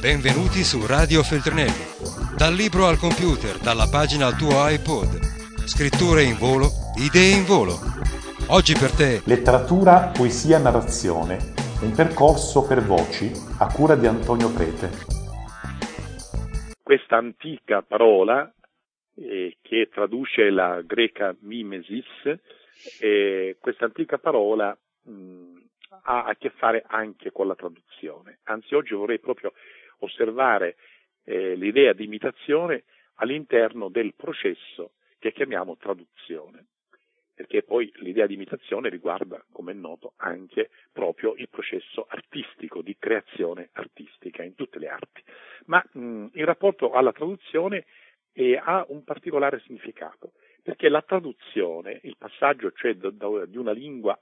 Benvenuti su Radio Feltrinelli. Dal libro al computer, dalla pagina al tuo iPod. Scritture in volo, idee in volo. Oggi per te Letteratura, poesia, narrazione. Un percorso per voci a cura di Antonio Prete. Questa antica parola che traduce la greca mimesis, questa antica parola ha a che fare anche con la traduzione. Anzi, oggi vorrei proprio osservare l'idea di imitazione all'interno del processo che chiamiamo traduzione, perché poi l'idea di imitazione riguarda, come è noto, anche proprio il processo artistico, di creazione artistica in tutte le arti. Ma in rapporto alla traduzione ha un particolare significato, perché la traduzione, il passaggio cioè di una lingua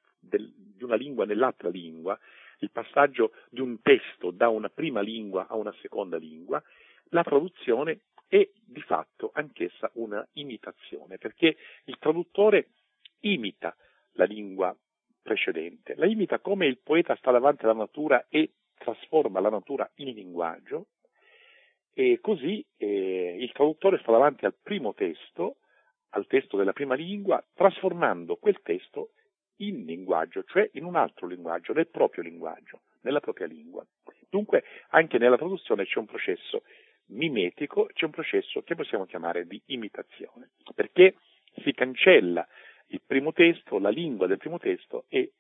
di una lingua nell'altra lingua, il passaggio di un testo da una prima lingua a una seconda lingua, la traduzione è di fatto anch'essa una imitazione, perché il traduttore imita la lingua precedente, la imita come il poeta sta davanti alla natura e trasforma la natura in linguaggio, e così il traduttore sta davanti al primo testo, al testo della prima lingua, trasformando quel testo in linguaggio, cioè in un altro linguaggio, nel proprio linguaggio, nella propria lingua. Dunque anche nella traduzione c'è un processo mimetico, c'è un processo che possiamo chiamare di imitazione, perché si cancella il primo testo, la lingua del primo testo, e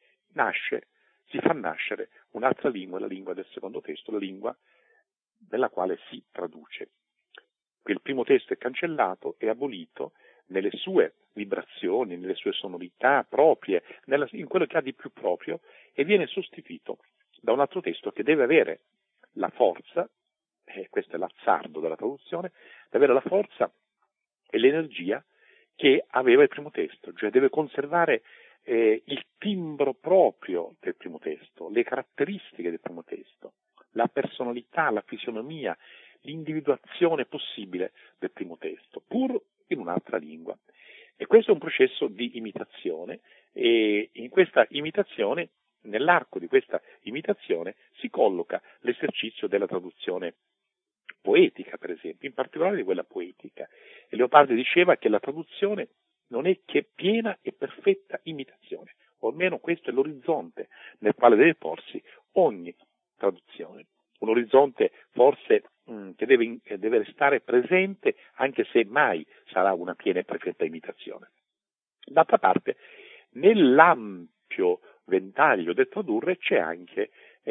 si fa nascere un'altra lingua, la lingua del secondo testo, la lingua nella quale si traduce. Quel primo testo è cancellato, è abolito nelle sue vibrazioni, nelle sue sonorità proprie, in quello che ha di più proprio, e viene sostituito da un altro testo che deve avere la forza, questo è l'azzardo della traduzione, deve avere la forza e l'energia che aveva il primo testo, cioè deve conservare il timbro proprio del primo testo, le caratteristiche del primo testo, la personalità, la fisionomia, l'individuazione possibile del primo testo, pur in un'altra lingua. E questo è un processo di imitazione, e in questa imitazione, nell'arco di questa imitazione, si colloca l'esercizio della traduzione poetica, per esempio, in particolare di quella poetica. E Leopardi diceva che la traduzione non è che piena e perfetta imitazione, o almeno questo è l'orizzonte nel quale deve porsi ogni traduzione. Un orizzonte forse che deve restare presente, anche se mai sarà una piena e perfetta imitazione. D'altra parte, nell'ampio ventaglio del tradurre c'è anche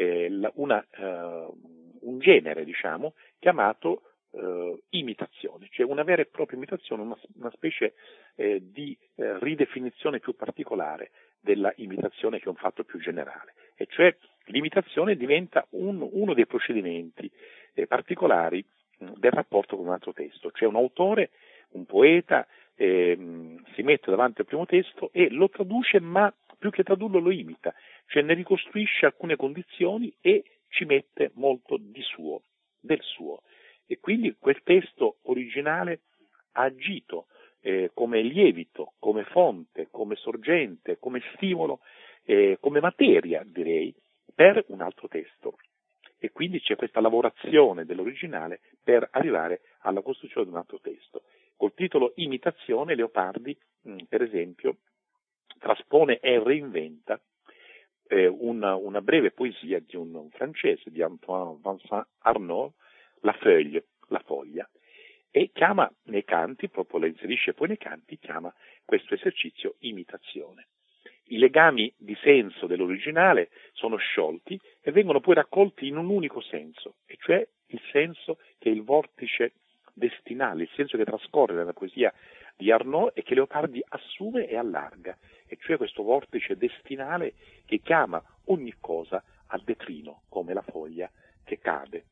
un genere, diciamo, chiamato imitazione, cioè una vera e propria imitazione, una specie di ridefinizione più particolare della imitazione, che è un fatto più generale, e cioè l'imitazione diventa uno dei procedimenti particolari del rapporto con un altro testo, cioè un autore, un poeta si mette davanti al primo testo e lo traduce, ma più che tradurlo lo imita, cioè ne ricostruisce alcune condizioni e ci mette molto del suo, e quindi quel testo originale ha agito come lievito, come fonte, come sorgente, come stimolo, come materia, direi, per un altro testo. E quindi c'è questa lavorazione dell'originale per arrivare alla costruzione di un altro testo. Col titolo Imitazione, Leopardi, per esempio, traspone e reinventa una breve poesia di un francese, di Antoine Vincent Arnaud, La Feuille, la foglia, e chiama nei canti, proprio la inserisce poi nei canti, chiama questo esercizio imitazione. I legami di senso dell'originale sono sciolti e vengono poi raccolti in un unico senso, e cioè il senso che è il vortice destinale, il senso che trascorre nella poesia di Arnaud e che Leopardi assume e allarga, e cioè questo vortice destinale che chiama ogni cosa al declino, come la foglia che cade.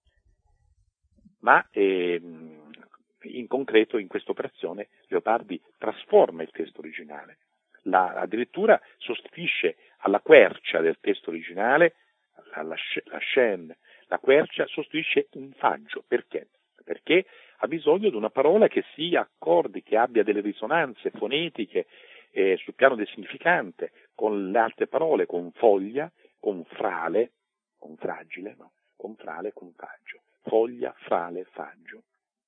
Ma in concreto, in questa operazione, Leopardi trasforma il testo originale. Addirittura sostituisce alla quercia del testo originale, la chaîne, la quercia sostituisce un faggio. Perché? Perché ha bisogno di una parola che si accordi, che abbia delle risonanze fonetiche sul piano del significante con le altre parole, con foglia, con frale, con fragile, no? con frale, con faggio. Foglia, frale, faggio.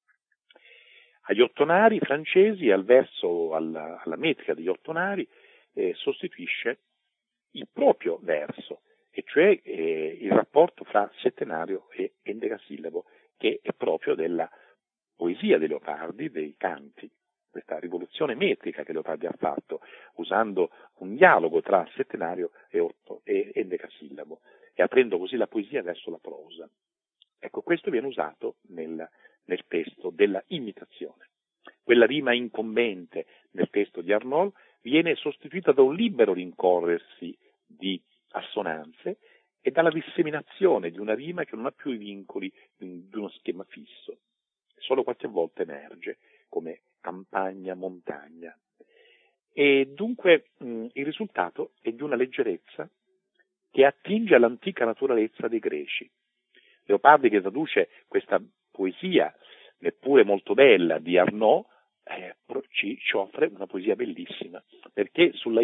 Agli ottonari francesi, al verso, alla metrica degli ottonari, sostituisce il proprio verso, e cioè il rapporto fra settenario e endecasillabo, che è proprio della poesia di Leopardi, dei canti, questa rivoluzione metrica che Leopardi ha fatto, usando un dialogo tra settenario e endecasillabo, e aprendo così la poesia verso la prosa. Ecco, questo viene usato nel testo della imitazione. Quella rima incombente nel testo di Arnauld viene sostituita da un libero rincorrersi di assonanze e dalla disseminazione di una rima che non ha più i vincoli di uno schema fisso. Solo qualche volta emerge come campagna, montagna. E dunque il risultato è di una leggerezza che attinge all'antica naturalezza dei greci. Leopardi, che traduce questa poesia, neppure molto bella, di Arnauld, ci offre una poesia bellissima, perché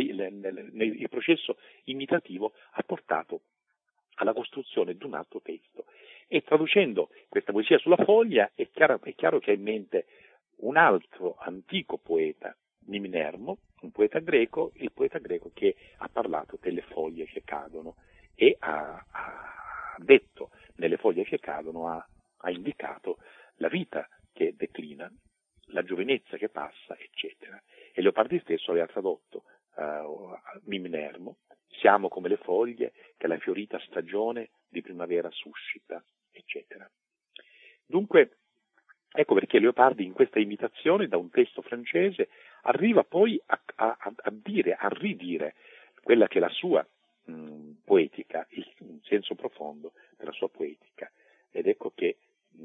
il processo imitativo ha portato alla costruzione di un altro testo. E traducendo questa poesia sulla foglia è chiaro che ha in mente un altro antico poeta, Miminermo, un poeta greco, il poeta greco che ha parlato delle foglie che cadono e ha detto nelle foglie che cadono, ha indicato la vita che declina, la giovinezza che passa, eccetera. E Leopardi stesso aveva tradotto Miminermo: siamo come le foglie che la fiorita stagione di primavera suscita, eccetera. Dunque, ecco perché Leopardi in questa imitazione da un testo francese arriva poi a ridire quella che è la sua poetica, il senso profondo della sua poetica. Ed ecco che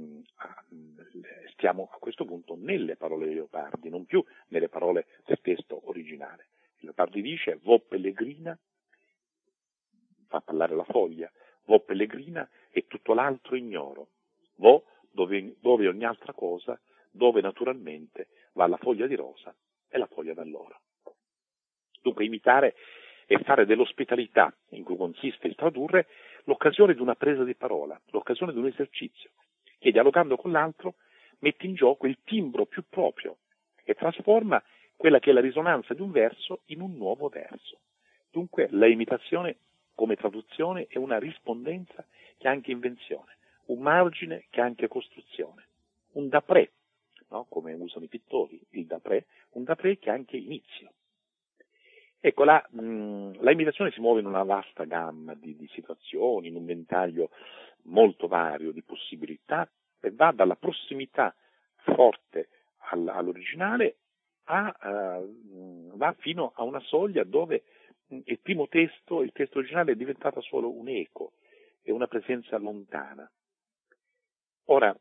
stiamo a questo punto nelle parole di Leopardi, non più nelle parole del testo originale. Leopardi dice: vo pellegrina, fa parlare la foglia, vo pellegrina e tutto l'altro ignoro, vo dove ogni altra cosa, dove naturalmente va la foglia di rosa e la foglia d'alloro. Dunque imitare e fare dell'ospitalità, in cui consiste il tradurre, l'occasione di una presa di parola, l'occasione di un esercizio, che dialogando con l'altro mette in gioco il timbro più proprio e trasforma quella che è la risonanza di un verso in un nuovo verso. Dunque la imitazione come traduzione è una rispondenza che ha anche invenzione, un margine che ha anche costruzione, un d'après, no? Come usano i pittori, il d'après, un d'après che ha anche inizio. Ecco, la imitazione si muove in una vasta gamma di situazioni, in un ventaglio molto vario di possibilità, e va dalla prossimità forte all'originale va fino a una soglia dove il primo testo, il testo originale, è diventata solo un eco e una presenza lontana. Ora,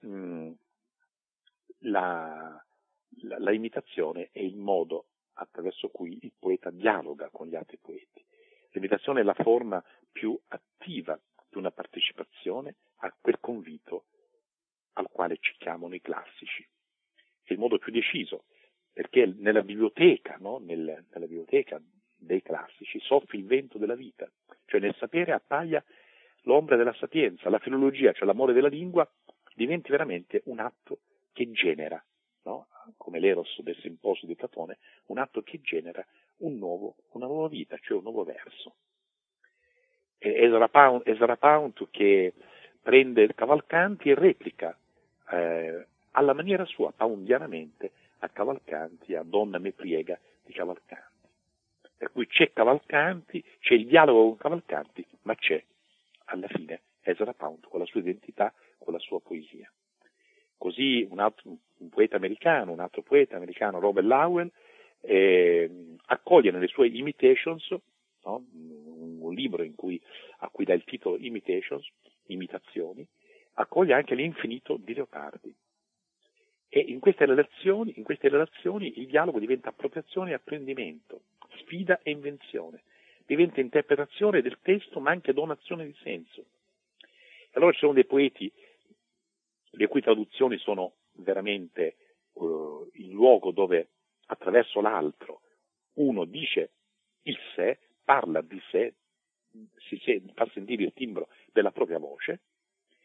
la imitazione è il modo attraverso cui il poeta dialoga con gli altri poeti. L'imitazione è la forma più attiva di una partecipazione a quel convito al quale ci chiamano i classici. È il modo più deciso, perché nella biblioteca, no? nella biblioteca dei classici soffia il vento della vita, cioè nel sapere appaia l'ombra della sapienza, la filologia, cioè l'amore della lingua, diventi veramente un atto che genera, no? Come l'eros del Simposio di Platone, un atto che genera una nuova vita, cioè un nuovo verso. Ezra Pound che prende Cavalcanti e replica alla maniera sua, poundianamente, a Cavalcanti, a Donna me priega di Cavalcanti. Per cui c'è Cavalcanti, c'è il dialogo con Cavalcanti, ma c'è alla fine Ezra Pound con la sua identità, con la sua poesia. Così un altro poeta americano, Robert Lowell, accoglie nelle sue Imitations, no? Un libro a cui dà il titolo Imitations, imitazioni, accoglie anche l'infinito di Leopardi. E in queste relazioni il dialogo diventa appropriazione e apprendimento, sfida e invenzione, diventa interpretazione del testo ma anche donazione di senso. E allora ci sono dei poeti le cui traduzioni sono veramente il luogo dove attraverso l'altro uno dice il sé, parla di sé, fa sentire il timbro della propria voce,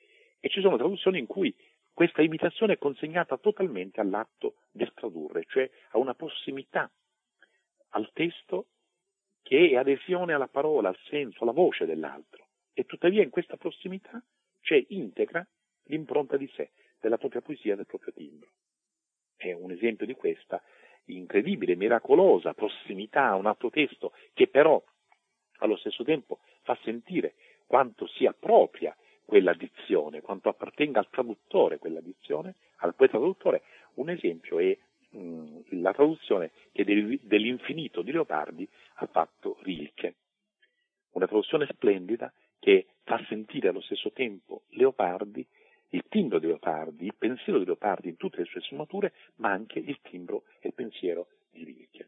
E ci sono traduzioni in cui questa imitazione è consegnata totalmente all'atto del tradurre, cioè a una prossimità al testo che è adesione alla parola, al senso, alla voce dell'altro. E tuttavia in questa prossimità c'è integra l'impronta di sé, della propria poesia, del proprio timbro. È un esempio di questa incredibile, miracolosa prossimità a un altro testo, che però allo stesso tempo fa sentire quanto sia propria quella dizione, quanto appartenga al traduttore quella dizione, al poeta traduttore. Un esempio è la traduzione che dell'Infinito di Leopardi ha fatto Rilke. Una traduzione splendida che fa sentire allo stesso tempo Leopardi, il timbro di Leopardi, il pensiero di Leopardi in tutte le sue sfumature, ma anche il timbro e il pensiero di Rilke.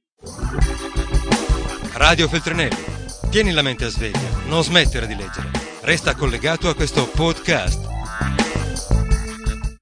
Radio Feltrinelli. Tieni la mente a sveglia, non smettere di leggere. Resta collegato a questo podcast.